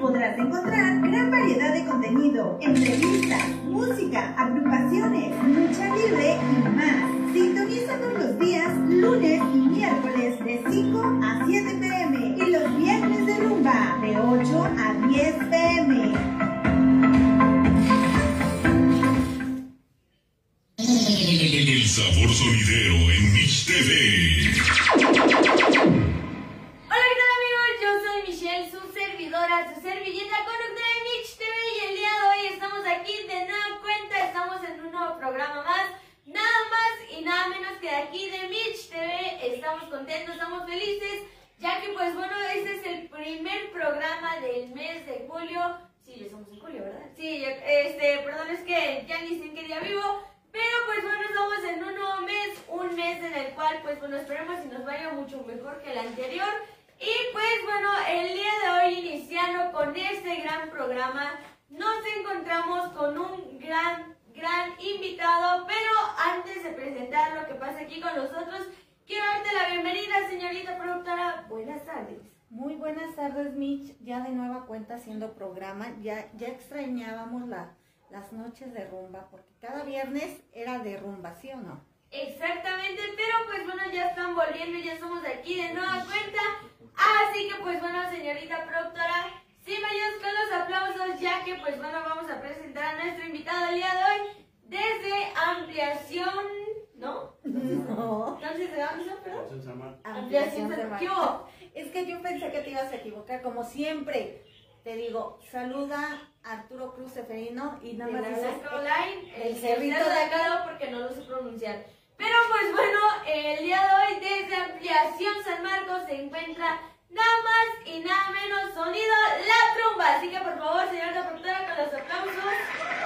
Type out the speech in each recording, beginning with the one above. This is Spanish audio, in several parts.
podrás encontrar gran variedad de contenido, entrevistas, música, agrupaciones, lucha libre y más. Sintonízanos los días lunes y miércoles de 5 a 7 p.m. y los viernes de rumba de 8 a 10 p.m. El sabor sonidero en Mitch TV. Hola, ¿qué tal, amigos? Yo soy Michelle, su servidora, su servilleta, conductora de Mitch TV, y el día de hoy estamos aquí de nueva cuenta, estamos en un nuevo programa más, nada más y nada menos que de aquí de Mitch TV. Estamos contentos, estamos felices, ya que pues bueno, este es el primer programa del mes de julio. Sí, ya estamos en julio, ¿verdad? Sí, perdón, es que ya ni sé en qué día vivo. Pero pues bueno, estamos en un nuevo mes, un mes en el cual pues bueno, esperemos y nos vaya mucho mejor que el anterior. Y pues bueno, el día de hoy, iniciando con este gran programa, nos encontramos con un gran invitado. Pero antes de presentar lo que pasa aquí con nosotros, quiero darte la bienvenida, señorita productora. Buenas tardes. Muy buenas tardes, Mitch. Ya de nueva cuenta haciendo programa. Ya extrañábamos las noches de rumba, porque cada viernes era de rumba, ¿sí o no? Exactamente, pero pues bueno, ya están volviendo, ya somos aquí de nueva cuenta. Así que pues bueno, señorita productora, sí me ayudas con los aplausos, ya que pues bueno, vamos a presentar a nuestro invitado el día de hoy desde Ampliación, ¿no? No. Entonces, ¿de dónde son, perdón? Ampliación San de Marcos. ¿Qué hubo? Es que yo pensé que te ibas a equivocar, como siempre. Te digo, saluda a Arturo Cruz Seferino y nada más dices el cerrito de de acá porque no lo sé pronunciar. Pero pues bueno, el día de hoy desde Ampliación San Marcos se encuentra nada más y nada menos Sonido La Tromba. Así que por favor, señorita productora, con los aplausos.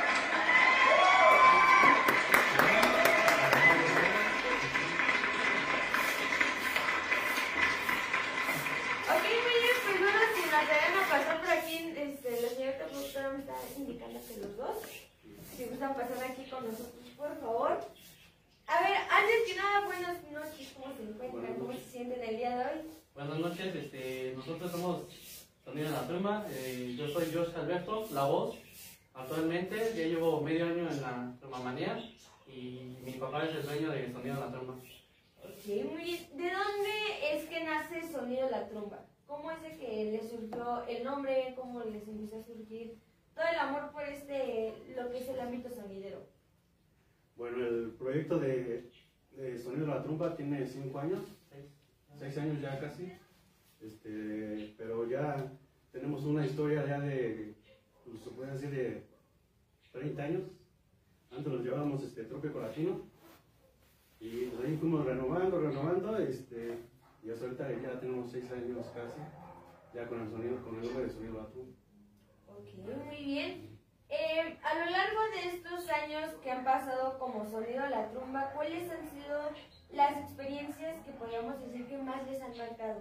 Ok, muy bien, pues bueno, si nos deben a pasar por aquí, la señorita productora me está indicando que los dos, si gustan pasar aquí con nosotros, por favor. A ver, antes que nada, buenas noches, ¿cómo se encuentran? ¿Cómo se sienten el día de hoy? Buenas noches, nosotros somos Sonido La Tromba, yo soy Jorge Alberto, la voz, actualmente, ya llevo medio año en la Tromamanía y mi papá es el dueño de Sonido La Tromba. Ok, muy bien. ¿De dónde es que nace Sonido La Tromba? ¿Cómo es de que les surgió el nombre? ¿Cómo les empezó a surgir todo el amor por lo que es el ámbito sonidero? Bueno, el proyecto de Sonido La Tromba tiene 5 años, 6 años ya casi, pero ya tenemos una historia ya de, pues, se puede decir, de 30 años. Antes nos llevábamos Trópico Latino y pues ahí fuimos renovando, y hasta ahorita ya tenemos 6 años casi, ya con el nombre de Sonido La Tromba. Ok, muy bien. A lo largo de estos años que han pasado como Sonido La Tromba, ¿cuáles han sido las experiencias que podríamos decir que más les han marcado?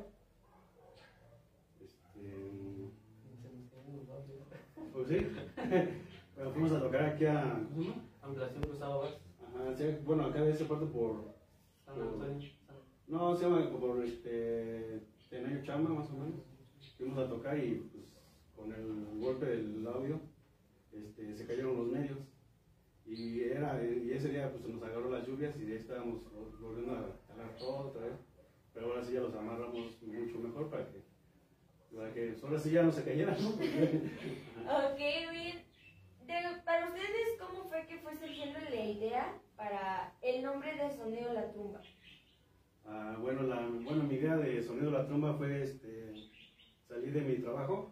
Pues sí, bueno, fuimos a tocar aquí a Ampliación Cruzado Bar. Ajá, sí, bueno, acá de ese parte no, se llama por Tenayo Chama, más o menos. Fuimos a tocar y pues con el golpe del audio se cayeron los medios y ese día pues nos agarró las lluvias y de ahí estábamos volviendo a jalar todo otra vez, pero ahora sí ya los amarramos mucho mejor para que ahora sí ya no se cayeran, ¿no? Ok, bien. Para ustedes, ¿cómo fue que fue surgiendo la idea para el nombre de Sonido La Tromba? Bueno, mi idea de Sonido La Tromba fue salir de mi trabajo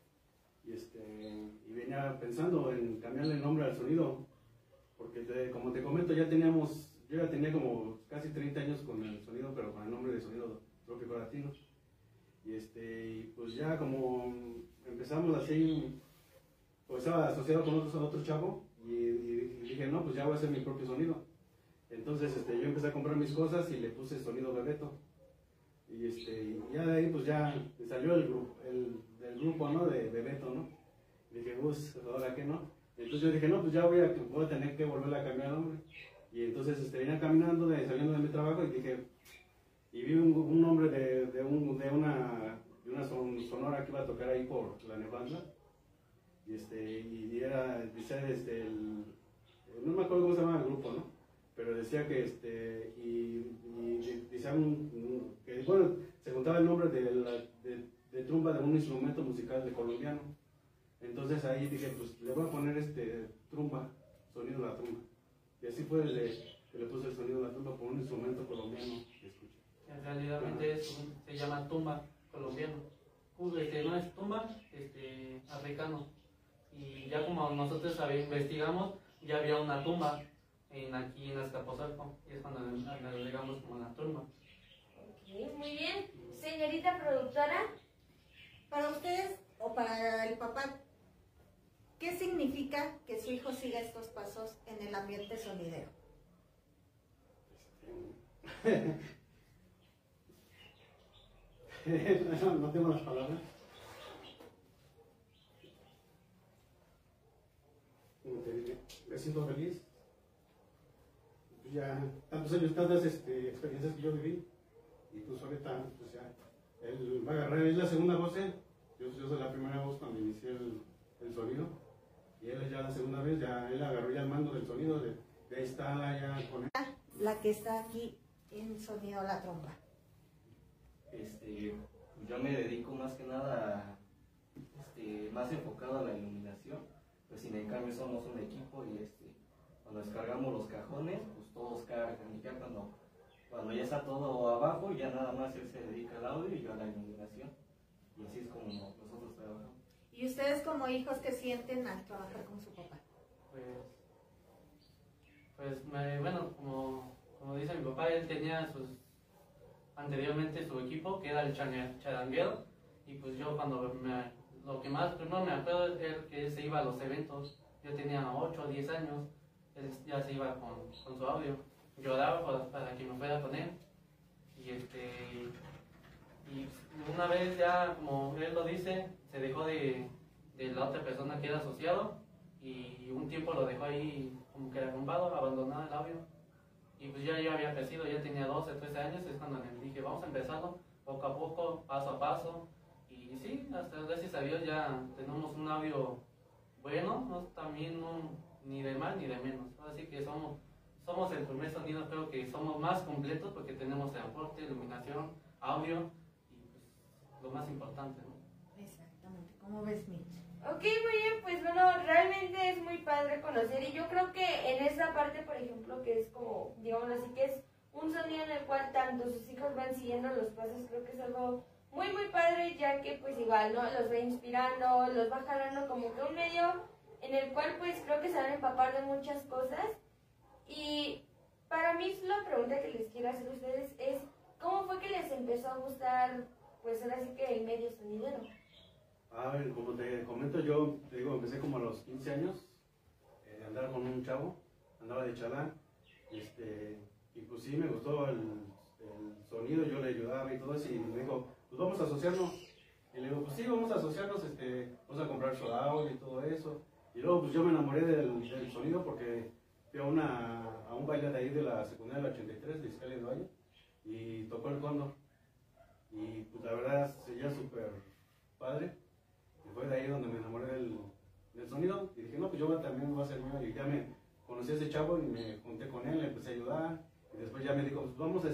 y venía pensando en cambiarle el nombre al sonido, porque como te comento, yo ya tenía como casi 30 años con el sonido, pero con el nombre de Sonido Trópico Latino. Y pues ya como empezamos así, pues estaba asociado con otro chavo y dije, no, pues ya voy a hacer mi propio sonido. Entonces yo empecé a comprar mis cosas y le puse Sonido Bebeto. Y ya de ahí pues ya salió el grupo, ¿no? De Bebeto, ¿no? Y dije, pues, ¿ahora qué no? Entonces yo dije, no, pues ya voy a tener que volver a cambiar el nombre. Y entonces venía caminando, saliendo de mi trabajo y dije, y vi un nombre de una sonora que iba a tocar ahí por la Nebanda. Y era, decía, no me acuerdo cómo se llama el grupo, ¿no? Pero decía que, decían que, bueno, se contaba el nombre de trumba de un instrumento musical de colombiano. Entonces ahí dije, pues le voy a poner trumba, sonido de la trumba. Y así fue que le puse el sonido de la trumba por un instrumento colombiano que escuché. En realidad se llama tumba colombiano. No es tumba africano. Y ya como nosotros investigamos, ya había una tumba aquí en Azcapotzalco. Y es cuando le agregamos como la tumba. Ok, muy bien. Señorita productora. Para ustedes o para el papá, ¿qué significa que su hijo siga estos pasos en el ambiente sonidero? No tengo las palabras. Me siento feliz. Ya tantos años, tantas experiencias que yo viví. Y pues ahorita, pues ya, él va a agarrar, es la segunda voz. Yo soy la primera voz cuando inicié el sonido. Y él es ya la segunda vez, ya él agarró ya el mando del sonido. De ahí está ya con él. La que está aquí en sonido la trompa. Yo me dedico más que nada más enfocado a la iluminación. Pues sin en cambio somos un equipo y cuando descargamos los cajones, pues todos cargan y ya cuando ya está todo abajo, ya nada más él se dedica al audio y yo a la iluminación. Y así es como nosotros trabajamos. ¿Y ustedes como hijos qué sienten al trabajar con su papá? Bueno, como dice mi papá, él tenía anteriormente su equipo, que era el charanguero, y pues yo lo que más primero me acuerdo es que él se iba a los eventos. Yo tenía 8 o 10 años, él ya se iba con su audio. Lloraba para que me fuera con él. Y una vez ya, como él lo dice, se dejó de la otra persona que era asociado, y un tiempo lo dejó ahí como que arrumbado, abandonado el audio. Y pues yo había crecido, ya tenía 12, 13 años, es cuando le dije, vamos a empezarlo poco a poco, paso a paso. Y sí, hasta gracias a Dios ya tenemos un audio bueno, también ni de más ni de menos. Así que somos el primer sonido, creo que somos más completos porque tenemos transporte, iluminación, audio y pues lo más importante, ¿no? Exactamente. ¿Cómo ves, Mitch? Ok, muy bien, pues bueno, realmente es muy padre conocer y yo creo que en esta parte, por ejemplo, que es como, digamos así, que es un sonido en el cual tanto sus hijos van siguiendo los pasos, creo que es algo muy muy padre, ya que pues igual, ¿no? Los va inspirando, los va jalando como que un medio en el cual pues creo que se van a empapar de muchas cosas. Y para mí la pregunta que les quiero hacer a ustedes es, ¿cómo fue que les empezó a gustar, pues ahora sí que el medio sonidero? A ver, como te comento, yo te digo, empecé como a los 15 años, andar con un chavo, andaba de chalán, y pues sí me gustó el sonido, yo le ayudaba y todo eso, y me dijo, pues vamos a asociarnos. Y le digo, pues sí, vamos a asociarnos, vamos a comprar su audio y todo eso. Y luego pues yo me enamoré del sonido porque fui a un baile de ahí de la secundaria del 83, de Iscalia de Valle, y tocó el Cóndor. Y pues la verdad sería súper padre. Y fue de ahí donde me enamoré del sonido. Y dije, no, pues yo también voy a hacer mío. Y ya me conocí a ese chavo y me junté con él, le empecé a ayudar. Y después ya me dijo, pues vamos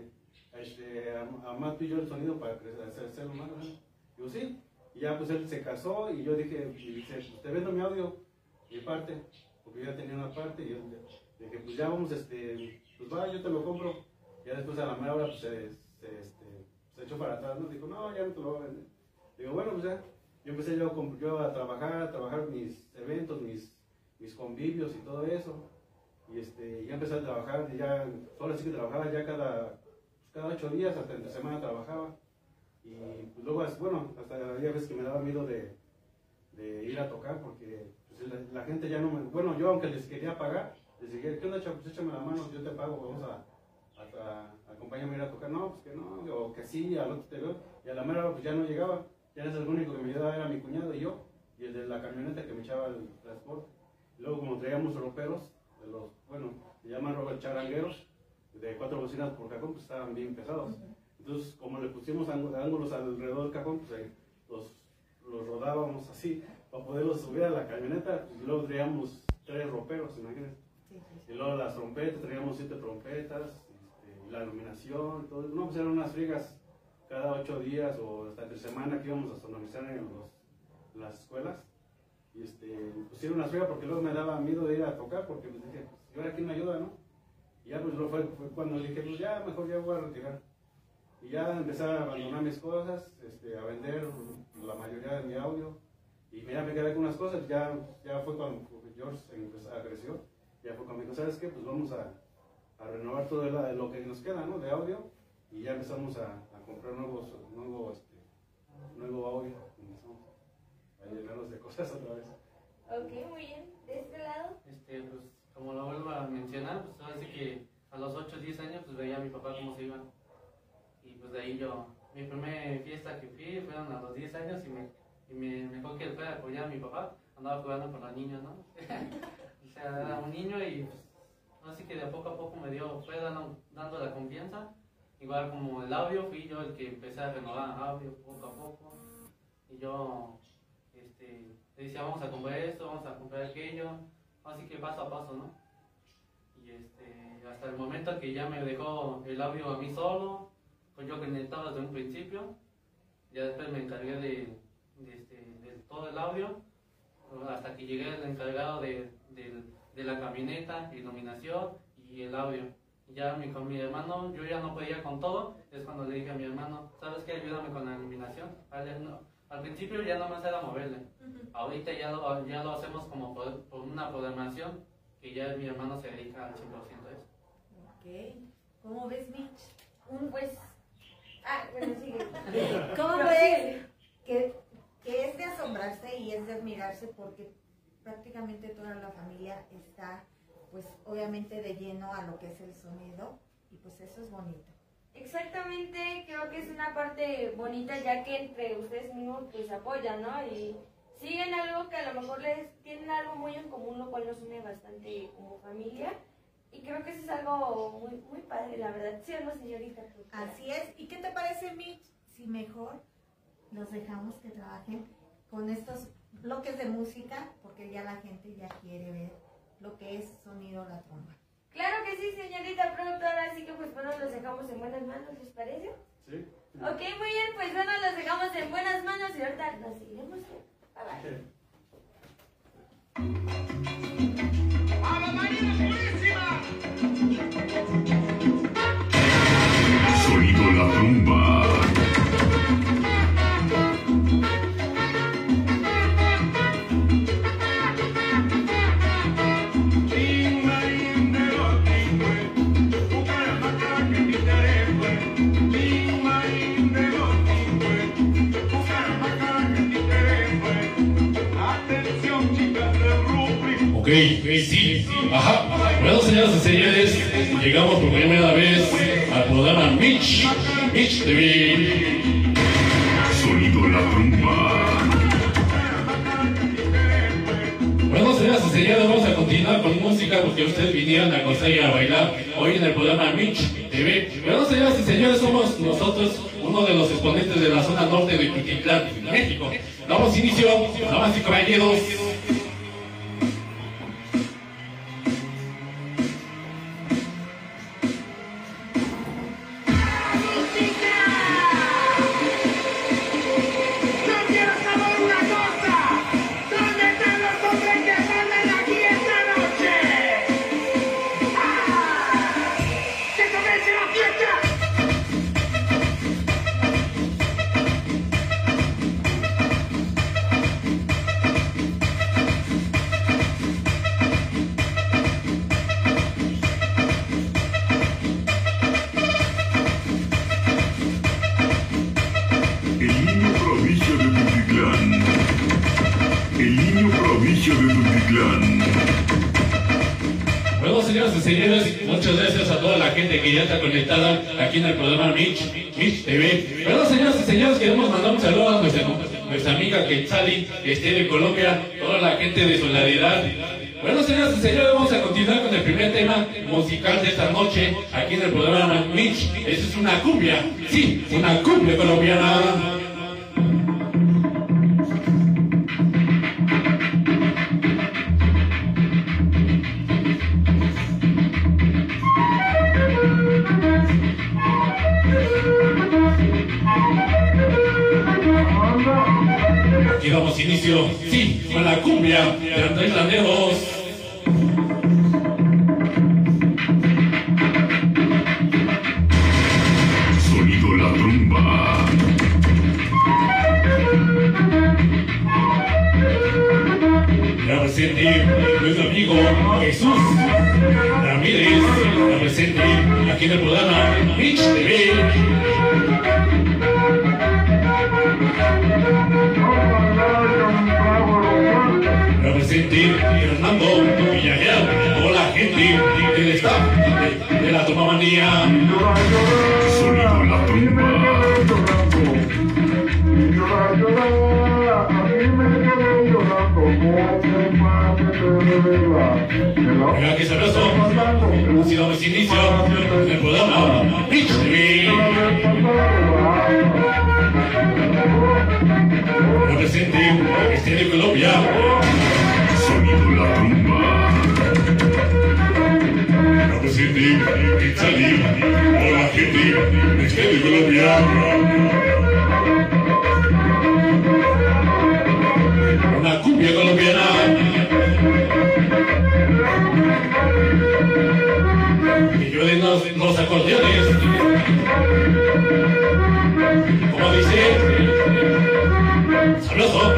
a más tú y yo el sonido para hacerlo más. Digo, sí. Y ya pues él se casó y yo dije, pues te vendo mi audio, mi parte. Porque yo ya tenía una parte y yo dije, pues ya vamos, pues va, yo te lo compro. Ya después a la mera hora pues se echó para atrás, ¿no? Dijo, no, ya no te lo voy a vender. Digo, bueno, pues ya. Yo empecé yo a trabajar mis eventos, mis convivios y todo eso. Y ya empecé a trabajar, y ya, solo sí que trabajaba ya cada 8 días, hasta entre semana trabajaba. Y pues luego, bueno, hasta había veces que me daba miedo de ir a tocar, porque pues, la gente ya no me... Bueno, yo aunque les quería pagar, les dije, ¿qué onda, chavo? Pues échame la mano, yo te pago, vamos a acompáñame a ir a tocar. No, pues que no, o que sí, al otro te veo. Y a la mera hora pues ya no llegaba. Ya el único que me ayudaba era mi cuñado y yo, y el de la camioneta que me echaba el transporte. Y luego como traíamos roperos, se llaman charangueros, de 4 bocinas por cajón, pues estaban bien pesados. Entonces como le pusimos ángulos alrededor del cajón, pues ahí los rodábamos así para poderlos subir a la camioneta, y luego traíamos 3 roperos, imagínense. Y luego las trompetas, traíamos 7 trompetas, la iluminación, todo. No, pues eran unas friegas cada 8 días o hasta entre semana que íbamos a sonorizar en las escuelas. Y pues era una friega porque luego me daba miedo de ir a tocar porque pues dije, pues, ¿y ahora quién me ayuda, no? Y ya pues luego fue cuando dije, pues ya, mejor ya voy a retirar. Y ya empecé a abandonar mis cosas, a vender la mayoría de mi audio. Y mira, me quedé con unas cosas, ya fue cuando George creció. Ya fue cuando me dijo, ¿sabes qué? Pues vamos a renovar todo lo que nos queda, ¿no? De audio. Y ya empezamos a comprar nuevo audio. Empezamos a llenarnos de cosas otra vez. Ok, muy bien. ¿De este lado? Pues como lo vuelvo a mencionar, pues ahora sí que a los 8 o 10 años pues veía a mi papá cómo se iba. Y pues de ahí mi primera fiesta que fui fueron a los 10 años y me acuerdo que después de apoyar a mi papá, andaba jugando con los niños, ¿no? O sea, era un niño y pues así que de poco a poco fue dando la confianza. Igual como el audio, fui yo el que empecé a renovar audio poco a poco. Y yo le decía, vamos a comprar esto, vamos a comprar aquello, así que paso a paso, ¿no? Y hasta el momento que ya me dejó el audio a mí solo, pues yo que necesitaba desde un principio, ya después me encargué de todo el audio, hasta que llegué el encargado de la camioneta, iluminación y el audio. Ya con mi hermano, yo ya no podía con todo, es cuando le dije a mi hermano, ¿sabes qué? Ayúdame con la iluminación. Al principio ya nomás era moverle, ahorita ya lo hacemos como por una programación, que ya mi hermano se dedica al 100% a eso. Ok, ¿cómo ves, Mitch? Bueno, sigue. ¿Cómo ves que es de asombrarse y es de admirarse porque prácticamente toda la familia está, pues obviamente de lleno a lo que es el sonido y pues eso es bonito? Exactamente, creo que es una parte bonita ya que entre ustedes mismos pues apoyan, ¿no? Y siguen algo que a lo mejor tienen algo muy en común, lo cual nos une bastante como familia. Y creo que eso es algo muy, muy padre, la verdad. ¿Sí o no, señorita? Así es. ¿Y qué te parece, Mitch, si mejor los dejamos que trabajen con estos bloques de música? Porque ya la gente ya quiere ver lo que es sonido la tromba. Claro que sí, señorita productora, así que pues bueno, los dejamos en buenas manos, ¿les parece? Sí. Ok, muy bien, pues bueno, los dejamos en buenas manos y ahorita nos seguiremos. Bye bye. Sonido la tromba. Ok, sí, ajá. Bueno, señoras y señores, llegamos por primera vez al programa Mitch TV. Sonido la tromba. Bueno, señoras y señores, vamos a continuar con música porque ustedes vinieron a gozar y a bailar hoy en el programa Mitch TV. Bueno, señoras y señores, somos nosotros uno de los exponentes de la zona norte de Tultitlán, México. Damos inicio, damas y caballeros. Bueno, señoras y señores, muchas gracias a toda la gente que ya está conectada aquí en el programa Mitch TV. Bueno, señoras y señores, queremos mandar un saludo a nuestra amiga Quetzali, de Colombia, toda la gente de Solidaridad. Bueno, señoras y señores, vamos a continuar con el primer tema musical de esta noche aquí en el programa Mitch. Esa es una cumbia, sí, una cumbia colombiana. Aquí damos inicio, sí, con la cumbia de Andrés Landeros. Sonido la tromba. La presente nuestro amigo Jesús Ramírez. La presente aquí en el programa Mitch TV. La presente Fernando Villarreal. Toda la gente del staff de la Tomamanía. Sonido la tromba. Venga, que se abrazo. Si damos inicio en el programa Mitch TV. Represente este de Colombia. Sonido la tromba. Represente Quetzalí. Hola gente, este de Colombia. Una cumbia colombiana. Que llueven los acordeones. Como dice, sabroso.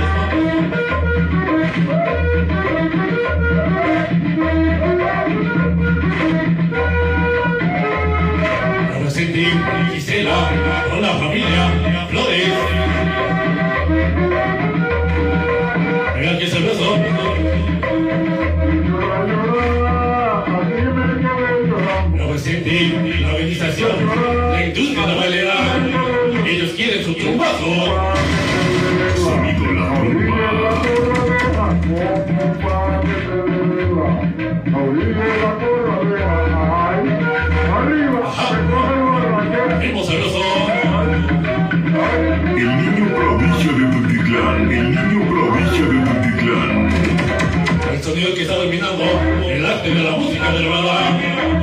Representé Gisela con la familia Flores. Venga, que sabroso. Representé la organización, la industria navalera. Ellos quieren su trombazo. Sonido la tromba. Ajá. Ritmo sabroso. El niño prodigio de Tultitlán. El niño prodigio de Tultitlán. El sonido que está dominando el arte de la música de Nevada.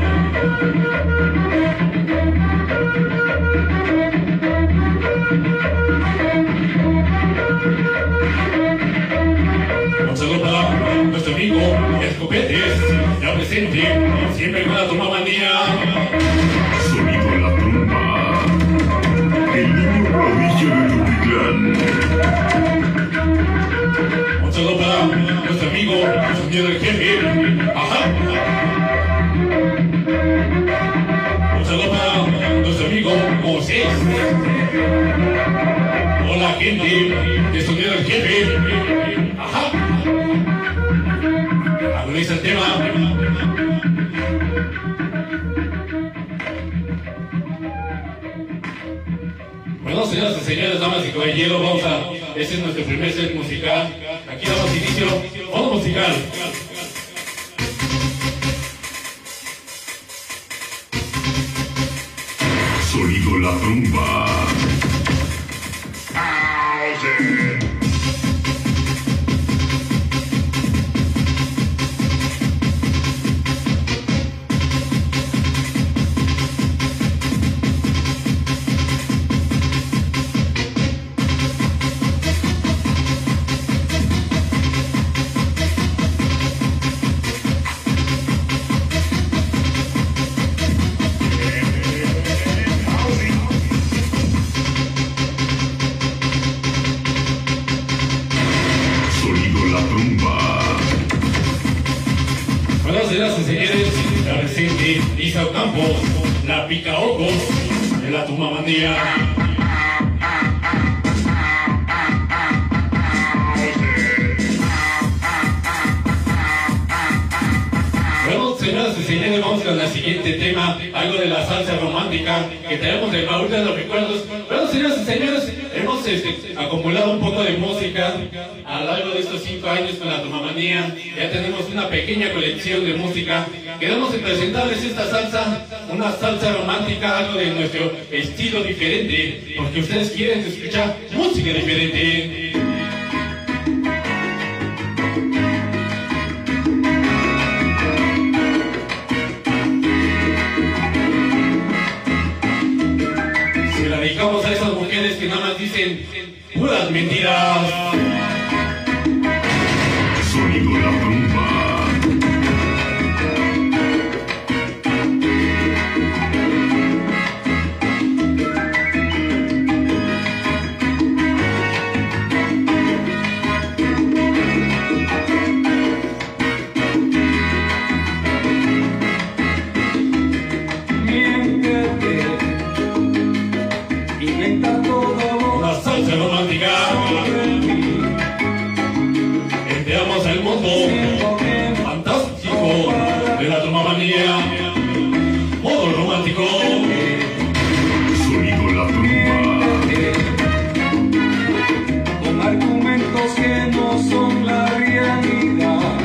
Un saludo para nuestro amigo Escopetes, ya presente, siempre con la Tomamanía. Sonido la tromba. El niño prodigio de Tultitlán. Un saludo para nuestro amigo, el sonido del jefe. Ajá. Un saludo para nuestro amigo Moisés. Hola gente, el sonido del jefe. Ajá. Agoniza el tema. Bueno, señoras y señores, damas y caballeros, vamos a... Este es nuestro primer set musical. Aquí damos inicio. Modo musical. Sonido la tromba. Señoras y señores, la presente Isa Campos, la pica ojos de la Tomamanía. Bueno, señoras y señores, vamos con el siguiente tema, algo de la salsa romántica que tenemos de baúl de los recuerdos. Bueno, señoras y señores, hemos acumulado un poco de música a lo largo de estos 5 años con la Tomamanía. Ya tenemos una pequeña colección de música. Queremos presentarles esta salsa, una salsa romántica, algo de nuestro estilo diferente, porque ustedes quieren escuchar música diferente. Se la dedicamos a esas mujeres que nada más dicen puras mentiras. una salsa romántica. Enviamos al mundo fantástico de la tromamanía, modo romántico. Sonido la trompa. Con argumentos que no son la realidad.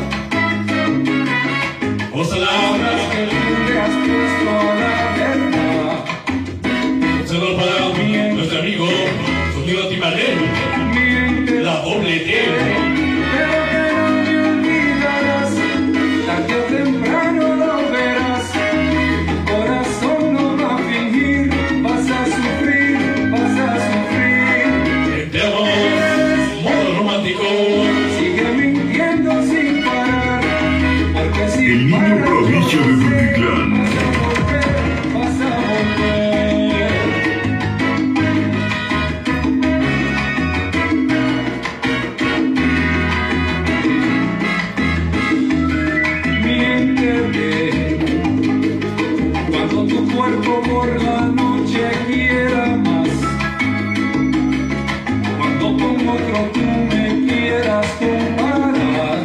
Os palabras Que tú le has puesto a la verdad. un saludo para nuestro amigo Sonido Timarel, Miente, la doble T. pero que no me olvidarás. Tarde o temprano lo verás. Tu corazón no va a fingir. Vas a sufrir, vas a sufrir. Enviamos modo romántico. Sigue mintiendo sin parar. Porque si El niño paras, prodigio de Tutitlán. vas a volver, vas a volver. Miéntete cuando tu cuerpo por la noche quiera más. Cuando con otro tú me quieras comparar.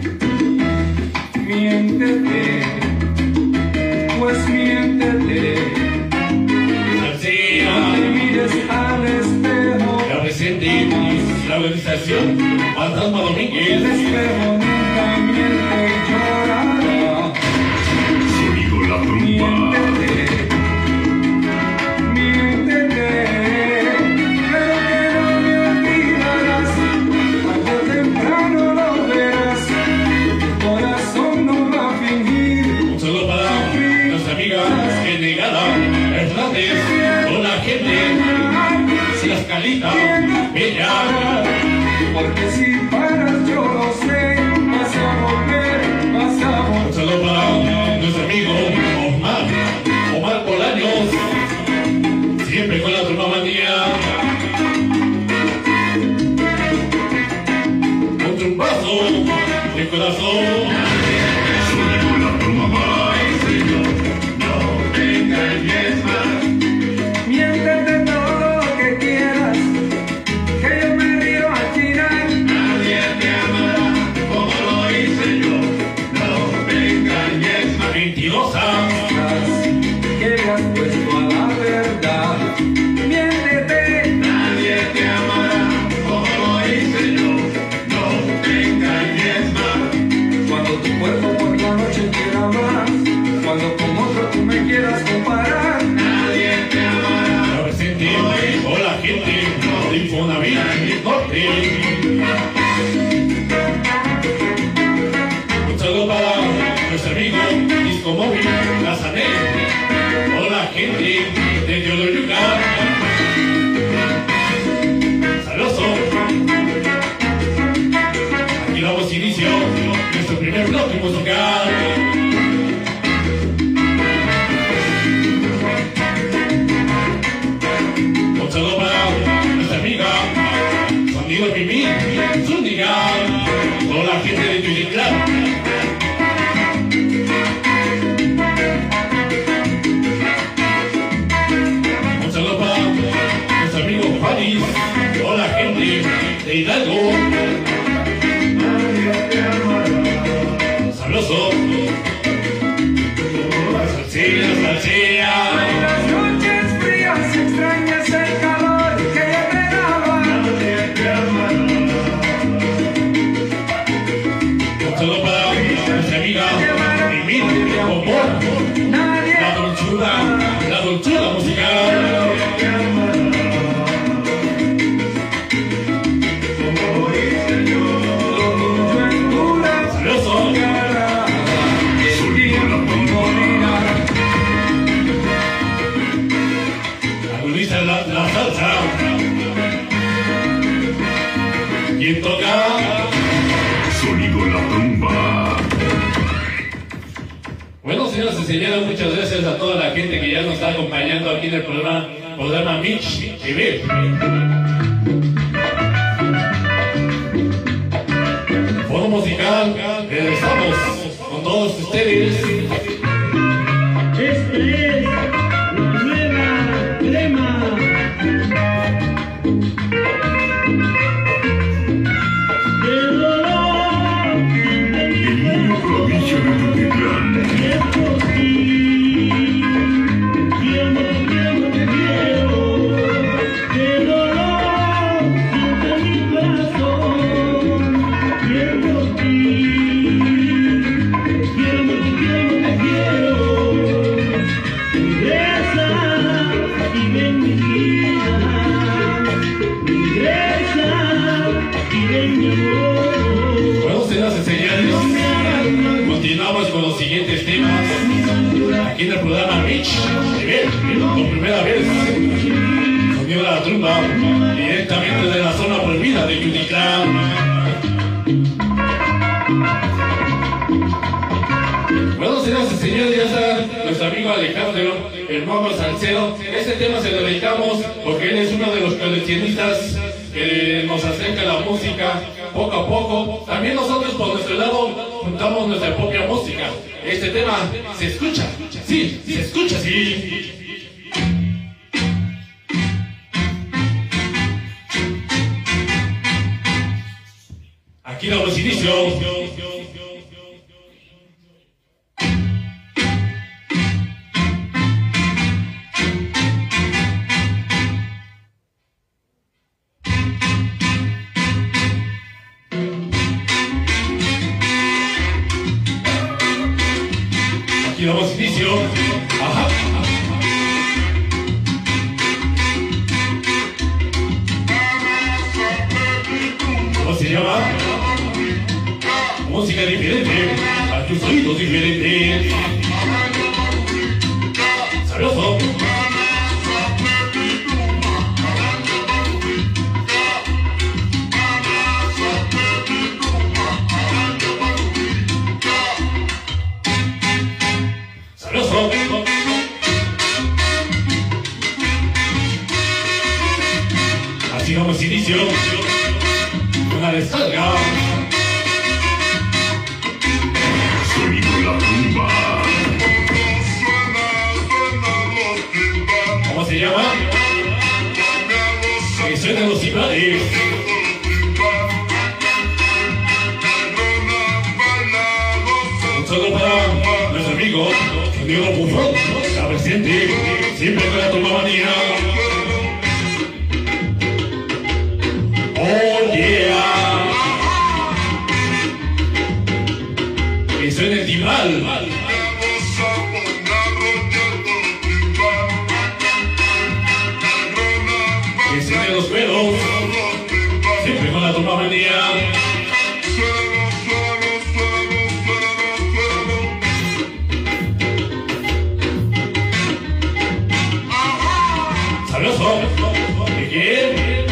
Miéntete, pues miéntete. García, No te mires al espejo. la presente, la organización Fantasma El Domínguez. espejo nunca miente y llorará. Sonido la trompa. Miéntete, pero que no me olvidarás. Tarde o temprano lo verás. Tu corazón no va a fingir. Un saludo para nuestra amiga Enegada Hernández, con la gente, si las calitas, bella. Porque si paras yo lo sé. Vas a volver, vas a Un volver. saludo para nuestro amigo Omar Bolaños, siempre con la tromamanía. Un trombazo de corazón. Sonido la trompa. Miéntete todo lo que quieras, que yo me río al final. Nadie te amará como lo hice yo. No te engañes más. Mentirosa, Que le has puesto a la verdad. Miéntete, Nadie te amará como lo hice yo. No te engañes más. cuando tu cuerpo por la noche quiera más. Cuando con otro tú me quieras comparar. Nadie te amará. la presente, hola gente de Infonavit Norte. Un saludo para nuestro amigo Disco Móvil Lazané, hola gente de Teodoroyuca. Saludos. Aquí damos inicio a nuestro primer bloque musical. Un saludo para nuestra amiga Sonido Mimi Zúñiga, toda la gente de Tutitlán. Un saludo para nuestro amigo Faris, toda la gente de Hidalgo. Saludos. Salsilla, salsilla. Las noches frías extrañas el calor que yo te daba. Un saludo para nuestra amiga Mimi Bombón, Nadie la dulzura musical. Saludos. Agoniza la salsa. ¿Quién toca? Sonido la trompa. Bueno, señoras y señores, muchas gracias a toda la gente que ya nos está acompañando aquí en el programa Mitch TV. Foro musical, regresamos con todos ustedes. Esta es la nueva crema. trumba, directamente de la zona prohibida de Yuditlán. Bueno, señoras y señores, ya está nuestro amigo Alejandro, el Momo Salcedo. Este tema se lo dedicamos porque él es uno de los coleccionistas que nos acerca la música poco a poco. También nosotros por nuestro lado juntamos nuestra propia música. Este tema se escucha, sí, se escucha, sí. Aquí damos inicio. Aquí damos inicio. Ajá. ¿Cómo se llama? Música diferente, a tus oídos diferentes. Sabroso. Sabroso. Así damos inicio. Una descarga. La tumba. ¿Cómo se llama? Que suenan los timbales. Un saludo para nuestro amigo Diego Bufón, la presente, siempre con la tumba manía. Oh yeah. Que suene el timbal. Que suene los pelos, siempre con la tumba manía. Sabroso. ¿De qué?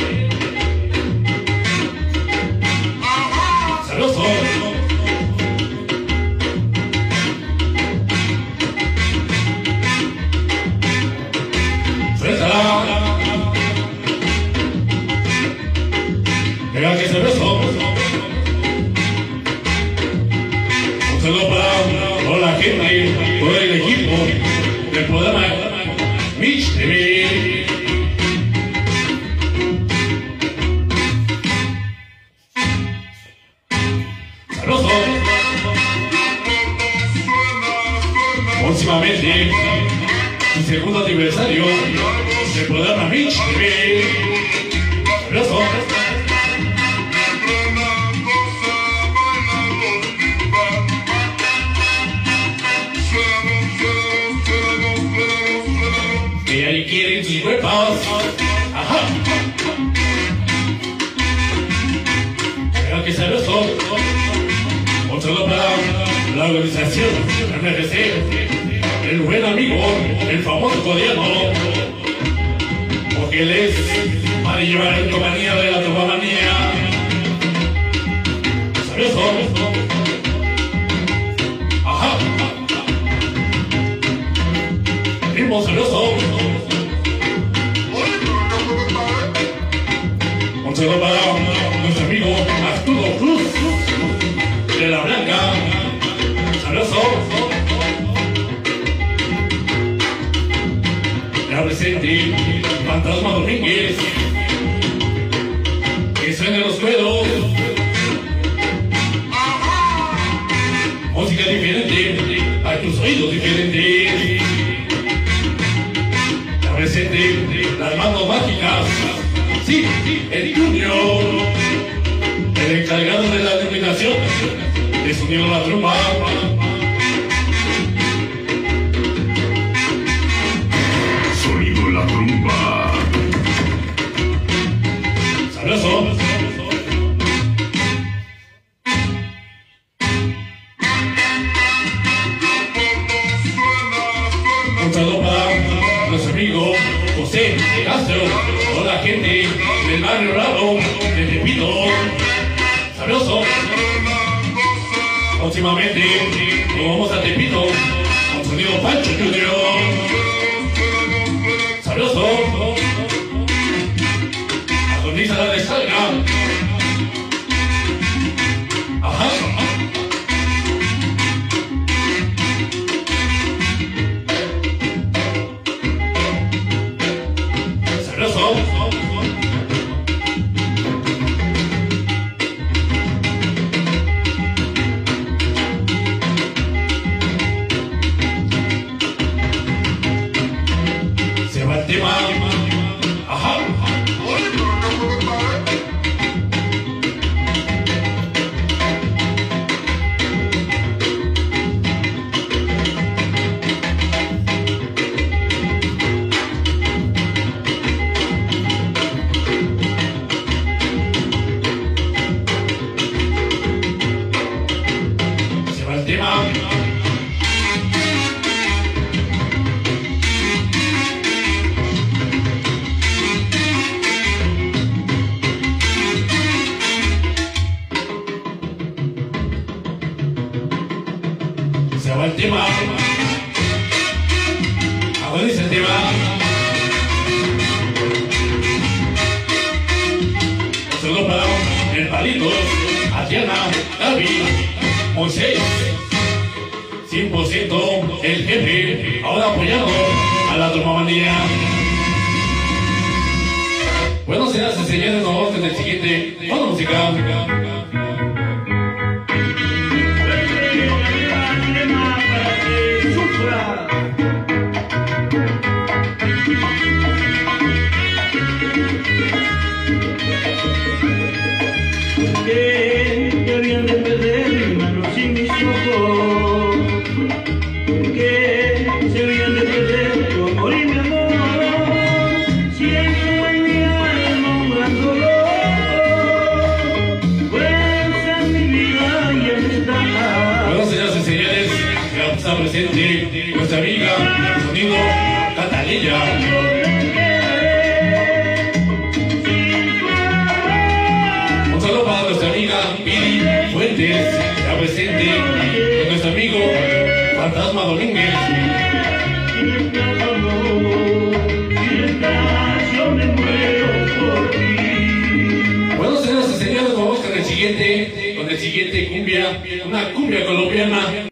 Sabroso. Venga, que sabroso. Un saludo para toda la gente, todo el equipo del programa Mitch TV. Sabroso. Próximamente, su segundo aniversario del programa Mitch TV. Sabroso. Que ahí quieren sus cuerpos. Ajá. Pero que sabroso. Un saludo para la organización MRC, el buen amigo, el famoso coreano, porque él es para llevar en compañía de la topamanía. Sabroso. Ajá. Ritmo sabroso. Un saludo para nuestro amigo Arturo Cruz de la Blanca. Sabroso. Ya presente Fantasma Domínguez. Que suenen los cueros. Música diferente a tus oídos diferentes. Ya presente las manos mágicas. Sí, el Junior, el encargado de la iluminación de Sonido La Trumba. Sonido La Trumba. Sabroso. Un saludo para nuestro amigo José Castro, toda la gente gente del barrio Bravo, de Tepito, sabroso. Próximamente nos vamos a Tepito, con sonido Pancho Junior, sabroso. Agoniza la descarga. Ajá. Sabroso. Se va el tema. Ajá. Se va el tema. Se va el tema. Agoniza el tema. Solo para el palito, Adriana, David, Moisés, 100% el jefe, ahora apoyando a la tromamanía. Bueno, señoras y señores, nos vamos con el siguiente fondo musical. Que deberían de perder mis manos y mis ojos, que se deberían de perder tu amor y mi amor, siento en mi alma un gran dolor, pues en mi vida ya está. Bueno, señoras y señores, ya está presente nuestra amiga, sonido Catalina. Un saludo para nuestra amiga Pili Fuentes, ya presente con nuestro amigo Fantasma Domínguez. Bueno, señoras y señores, vamos con el siguiente cumbia, una cumbia colombiana.